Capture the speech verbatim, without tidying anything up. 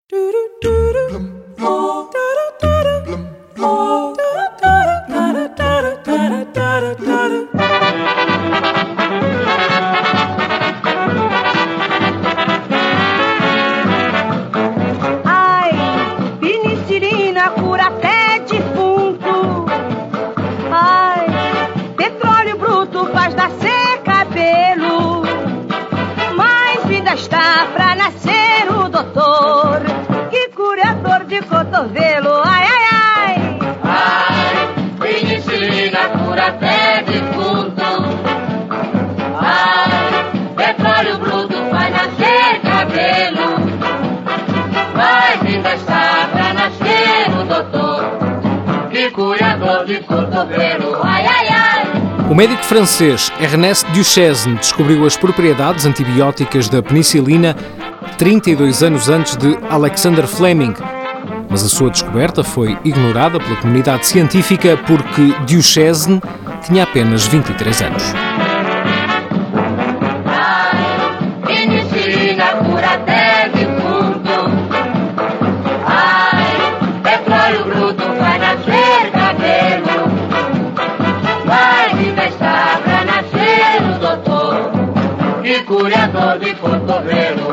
Ai, penicilina cura até defunto. Ai, petróleo bruto faz nascer cabelo. Mas ainda está pra nascer o doutor que cura dor de cotovelo. Ai, ai, ai. Ai, penicilina cura até defunto. Ai, petróleo bruto faz nascer cabelo. Mas ainda está pra nascer o doutor que cura dor de cotovelo. Ai, ai, ai. O médico francês Ernest Duchesne descobriu as propriedades antibióticas da penicilina trinta e dois anos antes de Alexander Fleming. Mas a sua descoberta foi ignorada pela comunidade científica porque Duchesne tinha apenas vinte e três anos. Ai, penicilina cura até defunto. Ai, petróleo bruto faz nascer cabelo. Mas ainda está pra nascer o doutor que cura dor de cotovelo.